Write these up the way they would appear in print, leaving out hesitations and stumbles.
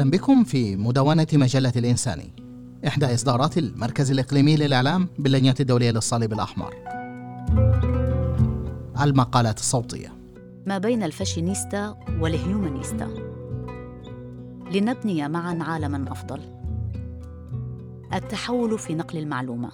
أهلا بكم في مدونة مجلة الإنساني، إحدى إصدارات المركز الإقليمي للإعلام باللجنة الدولية للصليب الأحمر. المقالات الصوتية ما بين الفاشينيستا والهيومانيستا لنبني معاً عالماً أفضل. التحول في نقل المعلومة.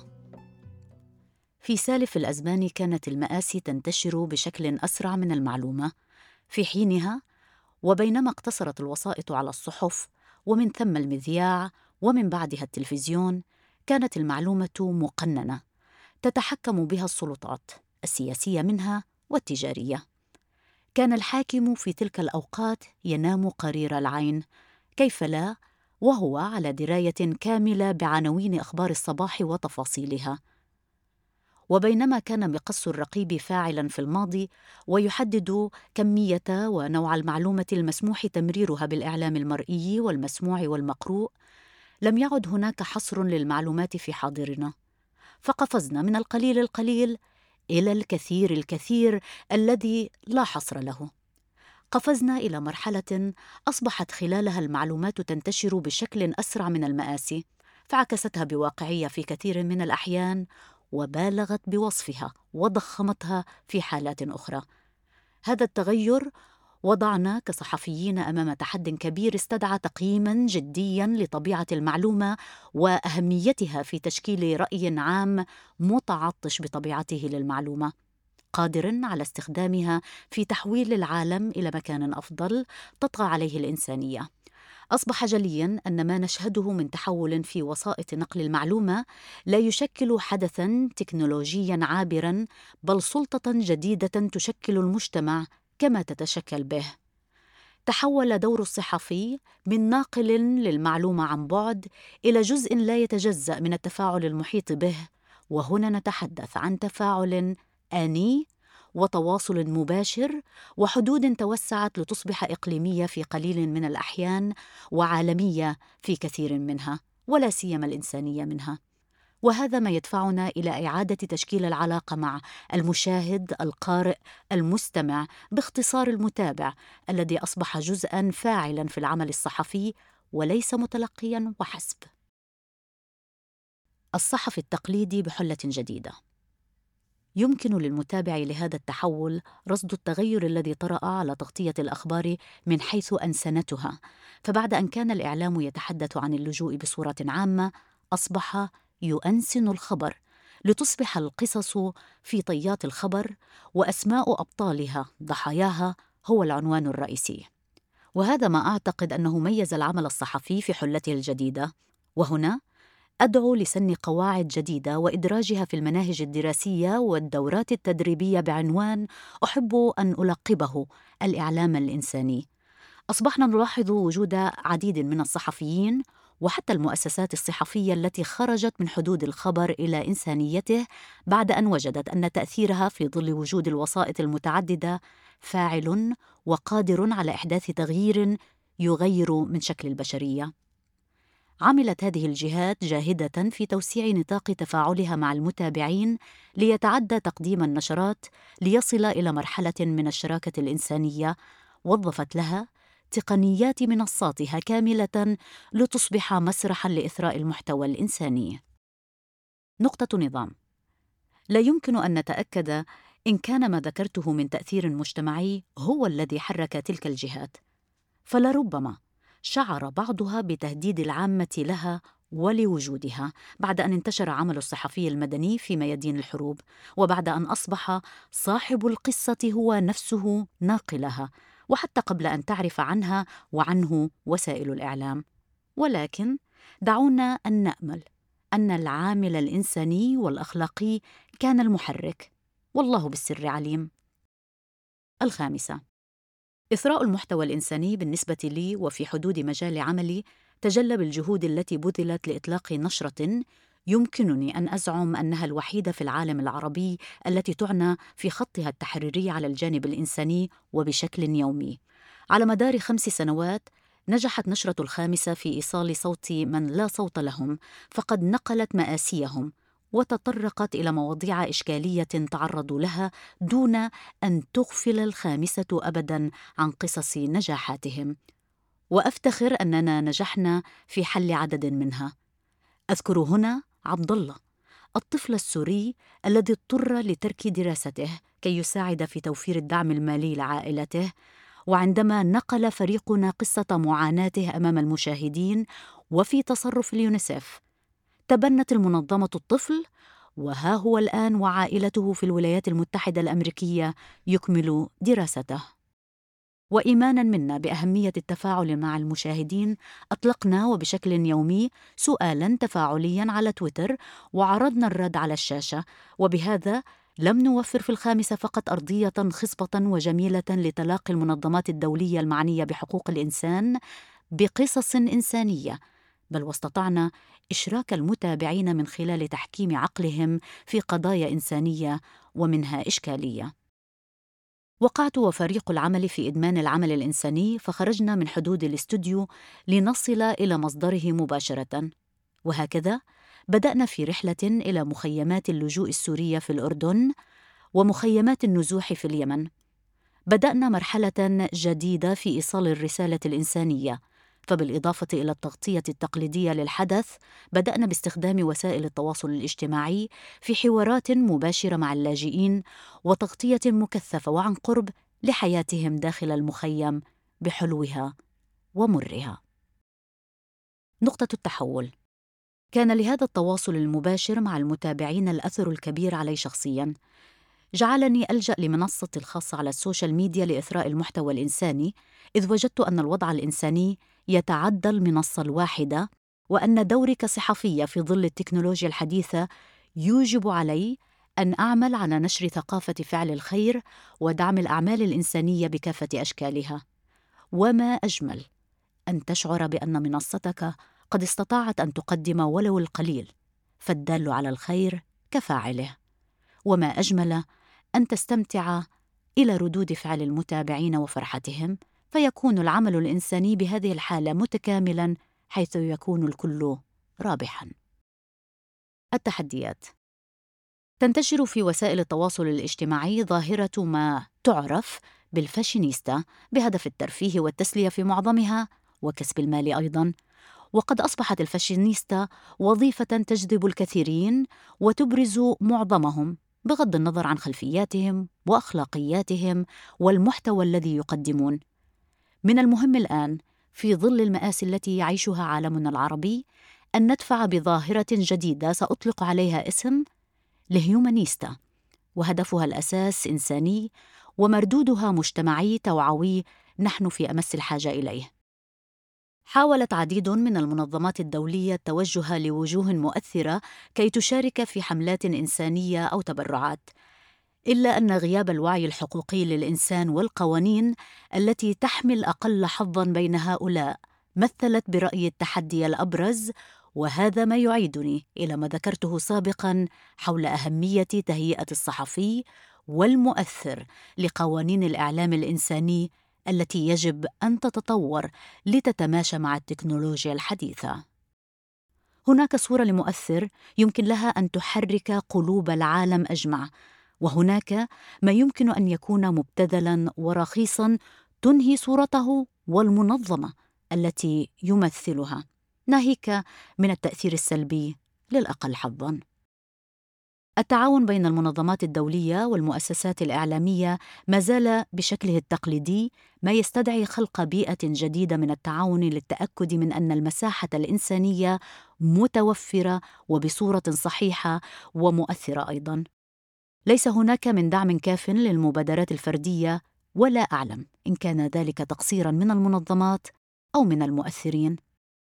في سالف الأزمان كانت المآسي تنتشر بشكل أسرع من المعلومة في حينها، وبينما اقتصرت الوسائط على الصحف ومن ثم المذياع ومن بعدها التلفزيون، كانت المعلومة مقننة تتحكم بها السلطات السياسية منها والتجارية. كان الحاكم في تلك الأوقات ينام قرير العين، كيف لا، وهو على دراية كاملة بعناوين أخبار الصباح وتفاصيلها. وبينما كان مقص الرقيب فاعلاً في الماضي ويحدد كمية ونوع المعلومة المسموح تمريرها بالإعلام المرئي والمسموع والمقروء، لم يعد هناك حصر للمعلومات في حاضرنا، فقفزنا من القليل القليل إلى الكثير الكثير الذي لا حصر له. قفزنا إلى مرحلة أصبحت خلالها المعلومات تنتشر بشكل أسرع من المآسي، فعكستها بواقعية في كثير من الأحيان، وبالغت بوصفها وضخمتها في حالات أخرى. هذا التغير وضعنا كصحفيين أمام تحد كبير استدعى تقييماً جدياً لطبيعة المعلومة وأهميتها في تشكيل رأي عام متعطش بطبيعته للمعلومة، قادر على استخدامها في تحويل العالم إلى مكان أفضل تطغى عليه الإنسانية. أصبح جلياً أن ما نشهده من تحول في وسائط نقل المعلومة لا يشكل حدثاً تكنولوجياً عابراً، بل سلطة جديدة تشكل المجتمع كما تتشكل به. تحول دور الصحفي من ناقل للمعلومة عن بعد إلى جزء لا يتجزأ من التفاعل المحيط به، وهنا نتحدث عن تفاعل آني وتواصل مباشر وحدود توسعت لتصبح إقليمية في قليل من الأحيان وعالمية في كثير منها، ولا سيما الإنسانية منها. وهذا ما يدفعنا إلى إعادة تشكيل العلاقة مع المشاهد، القارئ، المستمع، باختصار المتابع، الذي أصبح جزءاً فاعلاً في العمل الصحفي وليس متلقياً وحسب. الصحفي التقليدي بحلة جديدة. يمكن للمتابع لهذا التحول رصد التغير الذي طرأ على تغطية الأخبار من حيث أنسنتها، فبعد أن كان الإعلام يتحدث عن اللجوء بصورة عامة، أصبح يؤنسن الخبر لتصبح القصص في طيات الخبر وأسماء أبطالها ضحاياها هو العنوان الرئيسي. وهذا ما أعتقد أنه ميز العمل الصحفي في حلته الجديدة. وهنا أدعو لسن قواعد جديدة وإدراجها في المناهج الدراسية والدورات التدريبية بعنوان أحب أن ألقبه الإعلام الإنساني. أصبحنا نلاحظ وجود عديد من الصحفيين وحتى المؤسسات الصحفية التي خرجت من حدود الخبر إلى إنسانيته بعد أن وجدت أن تأثيرها في ظل وجود الوسائط المتعددة فاعل وقادر على إحداث تغيير يغير من شكل البشرية. عملت هذه الجهات جاهدة في توسيع نطاق تفاعلها مع المتابعين ليتعدى تقديم النشرات ليصل إلى مرحلة من الشراكة الإنسانية، وظفت لها تقنيات منصاتها كاملة لتصبح مسرحاً لإثراء المحتوى الإنساني. نقطة نظام. لا يمكن أن نتأكد إن كان ما ذكرته من تأثير مجتمعي هو الذي حرك تلك الجهات، فلربما شعر بعضها بتهديد العامة لها ولوجودها بعد أن انتشر عمل الصحفي المدني في ميادين الحروب، وبعد أن أصبح صاحب القصة هو نفسه ناقلها، وحتى قبل أن تعرف عنها وعنه وسائل الإعلام. ولكن دعونا أن نأمل أن العامل الإنساني والأخلاقي كان المحرك، والله بالسر عليم. الخامسة، إثراء المحتوى الإنساني بالنسبة لي وفي حدود مجال عملي تجلى بالجهود التي بذلت لإطلاق نشرة يمكنني أن أزعم أنها الوحيدة في العالم العربي التي تعنى في خطها التحريري على الجانب الإنساني وبشكل يومي. على مدار 5 سنوات نجحت نشرة الخامسة في إيصال صوت من لا صوت لهم، فقد نقلت مآسيهم وتطرقت إلى مواضيع إشكالية تعرضوا لها دون أن تغفل الخامسة أبداً عن قصص نجاحاتهم. وأفتخر أننا نجحنا في حل عدد منها. أذكر هنا عبد الله، الطفل السوري الذي اضطر لترك دراسته كي يساعد في توفير الدعم المالي لعائلته، وعندما نقل فريقنا قصة معاناته أمام المشاهدين وفي تصرف اليونيسف، تبنت المنظمة الطفل، وها هو الآن وعائلته في الولايات المتحدة الأمريكية يكمل دراسته. وإيماناً منا بأهمية التفاعل مع المشاهدين، أطلقنا وبشكل يومي سؤالاً تفاعلياً على تويتر وعرضنا الرد على الشاشة، وبهذا لم نوفر في الخامسة فقط أرضية خصبة وجميلة لتلاقي المنظمات الدولية المعنية بحقوق الإنسان بقصص إنسانية، بل واستطعنا إشراك المتابعين من خلال تحكيم عقلهم في قضايا إنسانية ومنها إشكالية. وقعت وفريق العمل في إدمان العمل الإنساني، فخرجنا من حدود الاستوديو لنصل إلى مصدره مباشرة، وهكذا بدأنا في رحلة إلى مخيمات اللجوء السورية في الأردن ومخيمات النزوح في اليمن. بدأنا مرحلة جديدة في إيصال الرسالة الإنسانية، فبالإضافة إلى التغطية التقليدية للحدث، بدأنا باستخدام وسائل التواصل الاجتماعي في حوارات مباشرة مع اللاجئين وتغطية مكثفة وعن قرب لحياتهم داخل المخيم بحلوها ومرها. نقطة التحول. كان لهذا التواصل المباشر مع المتابعين الأثر الكبير علي شخصياً، جعلني ألجأ لمنصتي الخاصة على السوشيال ميديا لإثراء المحتوى الإنساني، إذ وجدت أن الوضع الإنساني يتعدى المنصة الواحدة، وأن دوري كصحفية في ظل التكنولوجيا الحديثة يوجب علي أن أعمل على نشر ثقافة فعل الخير ودعم الأعمال الإنسانية بكافة أشكالها. وما أجمل أن تشعر بأن منصتك قد استطاعت أن تقدم ولو القليل، فالدال على الخير كفاعله. وما أجمل أن تستمتع إلى ردود فعل المتابعين وفرحتهم، فيكون العمل الإنساني بهذه الحالة متكاملاً، حيث يكون الكل رابحاً. التحديات. تنتشر في وسائل التواصل الاجتماعي ظاهرة ما تعرف بالفاشينيستا بهدف الترفيه والتسلية في معظمها وكسب المال أيضاً، وقد أصبحت الفاشينيستا وظيفة تجذب الكثيرين وتبرز معظمهم بغض النظر عن خلفياتهم وأخلاقياتهم والمحتوى الذي يقدمون. من المهم الآن في ظل المآسي التي يعيشها عالمنا العربي أن ندفع بظاهرة جديدة سأطلق عليها اسم الهيومانيستا، وهدفها الأساس إنساني ومردودها مجتمعي توعوي نحن في أمس الحاجة إليه. حاولت عديد من المنظمات الدولية التوجه لوجوه مؤثرة كي تشارك في حملات إنسانية أو تبرعات، إلا أن غياب الوعي الحقوقي للإنسان والقوانين التي تحمل أقل حظاً بين هؤلاء مثلت برأيي التحدي الأبرز، وهذا ما يعيدني إلى ما ذكرته سابقاً حول أهمية تهيئة الصحفي والمؤثر لقوانين الإعلام الإنساني التي يجب أن تتطور لتتماشى مع التكنولوجيا الحديثة. هناك صورة لمؤثر يمكن لها أن تحرك قلوب العالم أجمع، وهناك ما يمكن أن يكون مبتذلاً ورخيصاً تنهي صورته والمنظمة التي يمثلها، ناهيك من التأثير السلبي للأقل حظاً. التعاون بين المنظمات الدولية والمؤسسات الإعلامية ما زال بشكله التقليدي، ما يستدعي خلق بيئة جديدة من التعاون للتأكد من أن المساحة الإنسانية متوفرة وبصورة صحيحة ومؤثرة أيضاً. ليس هناك من دعم كاف للمبادرات الفردية، ولا أعلم إن كان ذلك تقصيراً من المنظمات أو من المؤثرين.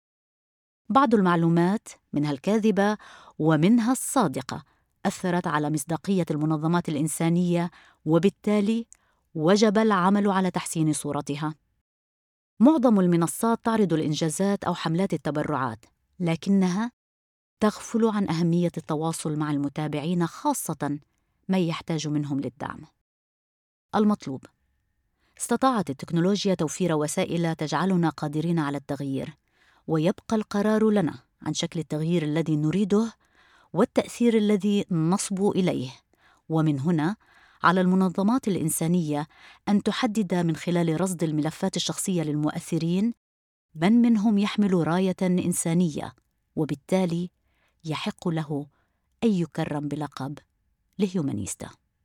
بعض المعلومات منها الكاذبة ومنها الصادقة أثرت على مصداقية المنظمات الإنسانية، وبالتالي وجب العمل على تحسين صورتها. معظم المنصات تعرض الإنجازات أو حملات التبرعات، لكنها تغفل عن أهمية التواصل مع المتابعين، خاصة من يحتاج منهم للدعم. المطلوب: استطاعت التكنولوجيا توفير وسائل تجعلنا قادرين على التغيير، ويبقى القرار لنا عن شكل التغيير الذي نريده والتأثير الذي نصبو إليه. ومن هنا على المنظمات الإنسانية أن تحدد من خلال رصد الملفات الشخصية للمؤثرين من منهم يحمل راية إنسانية، وبالتالي يحق له أن يكرم بلقب الهيومانيستا.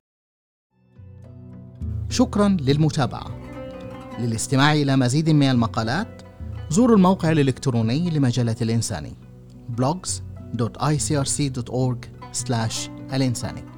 شكراً للمتابعة. للاستماع إلى مزيد من المقالات زوروا الموقع الإلكتروني لمجلة الإنساني blogs.icrc.org/الإنساني.